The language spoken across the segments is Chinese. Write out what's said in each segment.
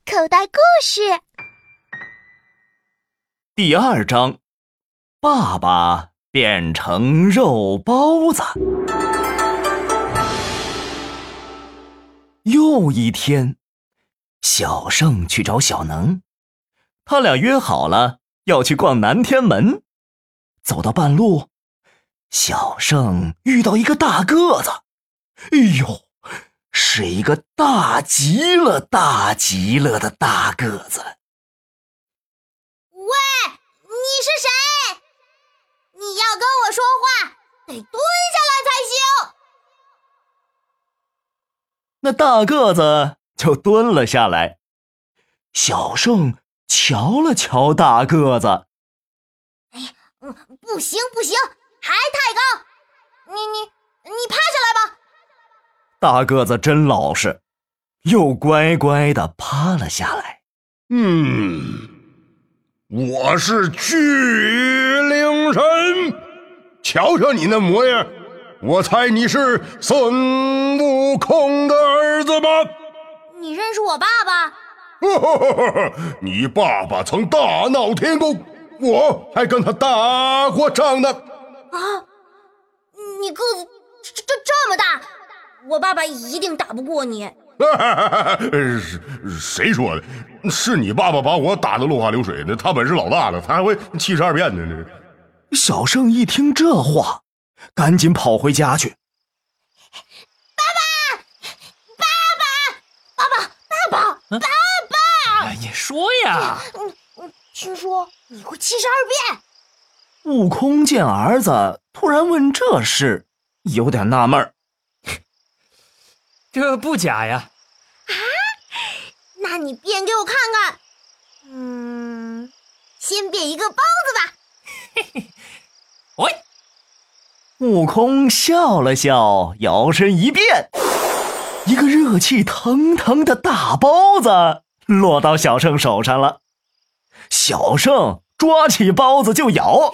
口袋故事第2章，爸爸变成肉包子。又一天，小胜去找小能，他俩约好了要去逛南天门。走到半路，小胜遇到一个大个子，哎呦，是一个大极了的大个子。 喂，你是谁？你要跟我说话，得蹲下来才行。 那大个子就蹲了下来。小胜瞧了瞧大个子， 不行，还太高。你趴下来吧。 大个子真老实，又乖乖地趴了下来。 我是巨灵神，瞧瞧你那模样，我猜你是孙悟空的儿子吧？ 你认识我爸爸？ 你爸爸曾大闹天宫，我还跟他打过仗呢。 啊，你个子这么大，我爸爸一定打不过你。 谁说的？是你爸爸把我打得落花流水呢，他本事老大了，他还会72变呢。 小胜一听这话，赶紧跑回家去。 爸爸！ 你说呀？ 听说你会72变。 悟空见儿子突然问这事，有点纳闷儿。 这不假呀。 啊？那你变给我看看。先变一个包子吧。 嘿嘿，喂！ 悟空笑了笑，摇身一变，一个热气腾腾的大包子落到小胜手上了。小胜抓起包子就咬，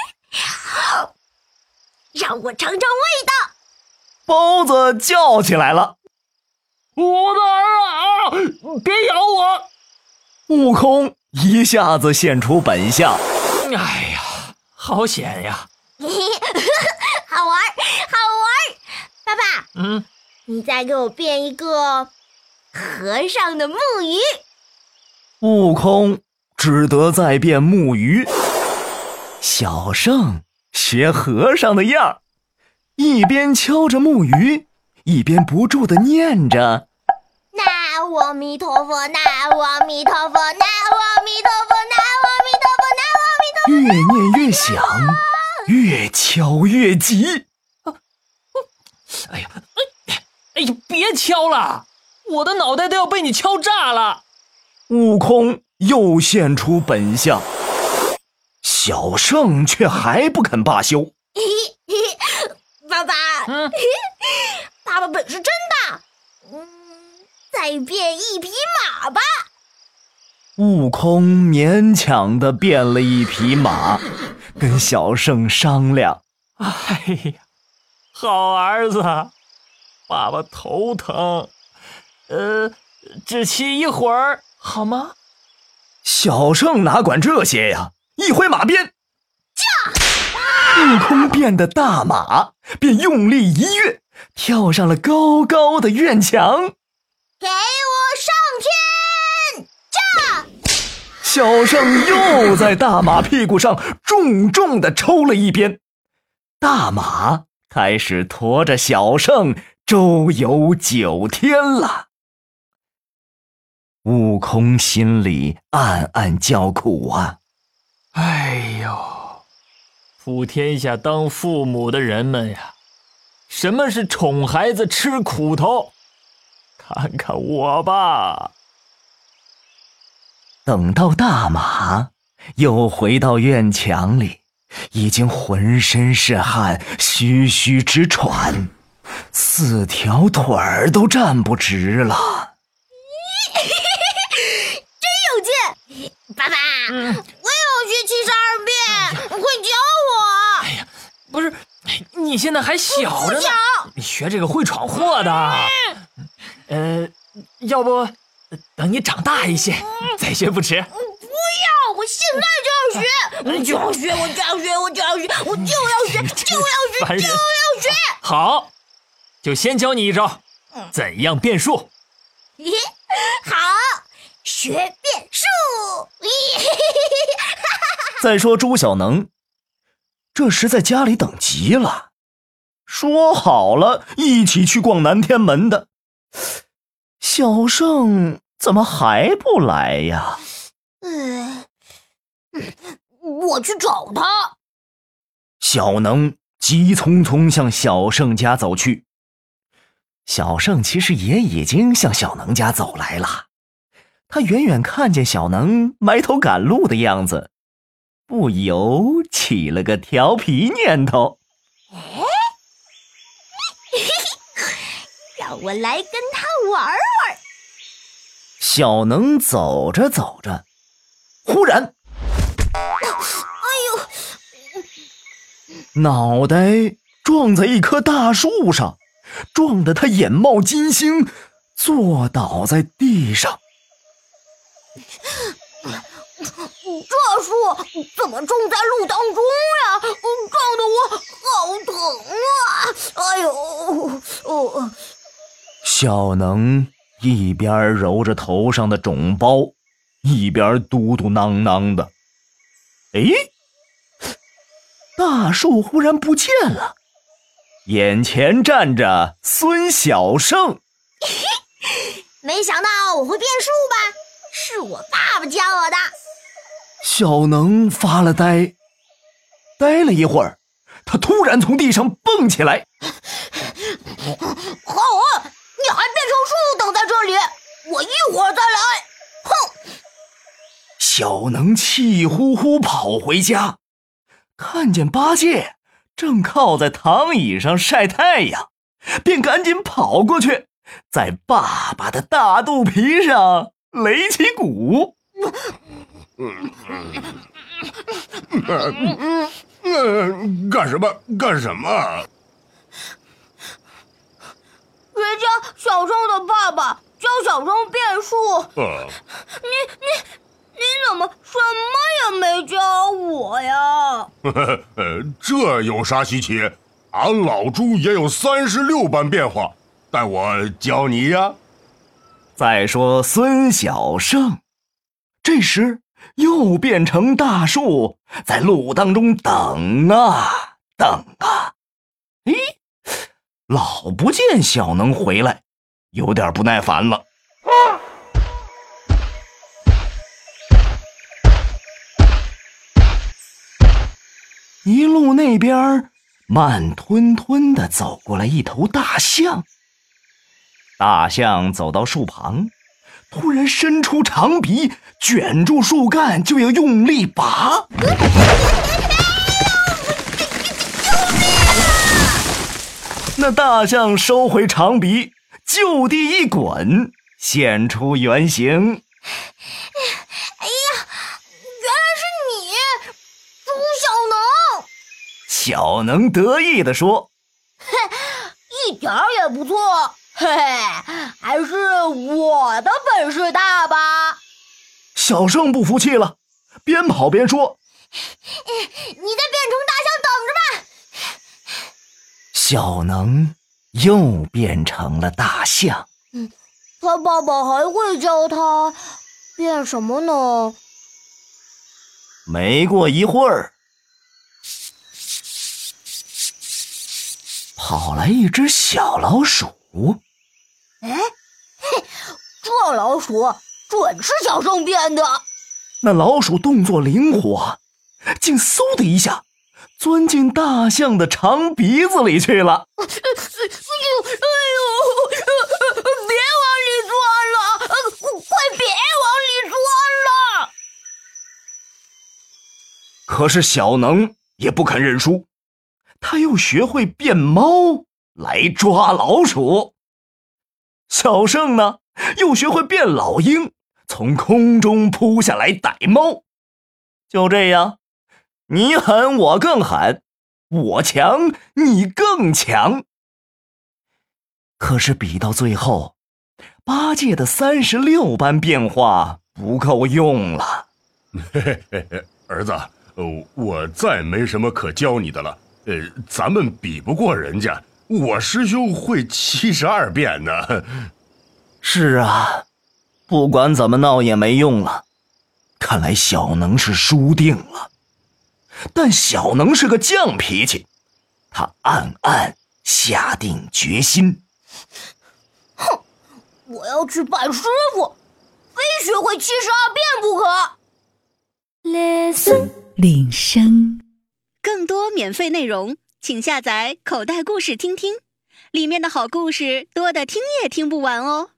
让我尝尝味道。 包子叫起来了： 我的儿啊，别咬我！ 悟空一下子现出本相。 哎呀，好险呀！ 好玩。爸爸，你再给我变一个和尚的木鱼。 悟空只得再变木鱼。小胜学和尚的样，一边敲着木鱼，一边不住地念着： 南无阿弥陀佛，南无阿弥陀佛，南无阿弥陀佛，南无阿弥陀佛，南无阿弥陀佛。 越念越响，越敲越急。 哎呀，别敲了，我的脑袋都要被你敲炸了。 悟空又现出本相，小胜却还不肯罢休。 爸爸，爸爸本事真大。再变一匹马吧。 悟空勉强地变了一匹马，跟小胜商量： 哎呀，好儿子，爸爸头疼，只骑一会儿好吗？ 小胜哪管这些呀，一挥马鞭，悟空变的大马便用力一跃，跳上了高高的院墙。 给我上天！驾！ 小胜又在大马屁股上重重地抽了一鞭，大马开始驮着小胜周游9天了。悟空心里暗暗叫苦啊！ 哎呦，普天下当父母的人们呀，什么是宠孩子吃苦头？看看我吧。 等到大马又回到院墙里，已经浑身是汗，吁吁直喘，4条腿儿都站不直了。 真有劲！爸爸，我也要学72变，快教我！ 哎呀，不是，你现在还小着呢，你学这个会闯祸的。要不等你长大一些再学不迟。 不要，我现在就要学，我就要学，我就要学，我就要学，我就要学，就要学，就要学。 好，就先教你一招，怎样变数。 好，学变数。 再说朱小能，这时在家里等急了，说好了一起去逛南天门的，小胜怎么还不来呀？ 我去找他。 小能急匆匆向小胜家走去。小胜其实也已经向小能家走来了，他远远看见小能埋头赶路的样子，不由起了个调皮念头。 让我来跟他玩玩。 小能走着走着，忽然脑袋撞在一棵大树上，撞得他眼冒金星，坐倒在地上。 这树怎么种在路当中呀？撞得我好疼啊！哎呦， 小能一边揉着头上的肿包，一边嘟嘟囔囔的。大树忽然不见了，眼前站着孙小胜。 没想到我会变数吧？是我爸爸教我的。 小能发了呆，呆了一会儿，他突然从地上蹦起来。 好啊，你还变成树等在这里，我一会儿再来。哼！ 小能气呼呼跑回家，看见八戒正靠在躺椅上晒太阳，便赶紧跑过去，在爸爸的大肚皮上擂起鼓。 干什么？ 人家小胜的爸爸教小胜变数。你怎么什么也没教我呀？ 这有啥稀奇？俺老朱也有36般变化，带我教你呀。 再说孙小胜，这时又变成大树，在路当中等啊等啊。老不见小能回来，有点不耐烦了。一路那边慢吞吞地走过来一头大象。大象走到树旁，突然伸出长鼻，卷住树干就要用力拔。那大象收回长鼻，就地一滚，现出原形。 哎呀，原来是你，朱小能！ 小能得意地说：“ 一点也不错，嘿嘿，还是我的本事大吧？” 小胜不服气了，边跑边说：“ 你再变成大象等着吧！” 小能又变成了大象。 他爸爸还会教他变什么呢？ 没过一会儿，跑来一只小老鼠。 这老鼠准是小胜变的。 那老鼠动作灵活，竟嗖的一下钻进大象的长鼻子里去了。 别往里钻了，快别往里钻了！ 可是小能也不肯认输，他又学会变猫来抓老鼠。小胜呢，又学会变老鹰，从空中扑下来逮猫。就这样，你狠我更狠，我强你更强。可是比到最后， 八戒的36般变化不够用了。 儿子，我再没什么可教你的了。咱们比不过人家，我师兄会72变呢。 是啊，不管怎么闹也没用了。看来小能是输定了。但小能是个犟脾气，他暗暗下定决心。 哼，我要去拜师傅，非学会72变不可。 Listen， 领声。更多免费内容，请下载口袋故事听听，里面的好故事多得听也听不完哦。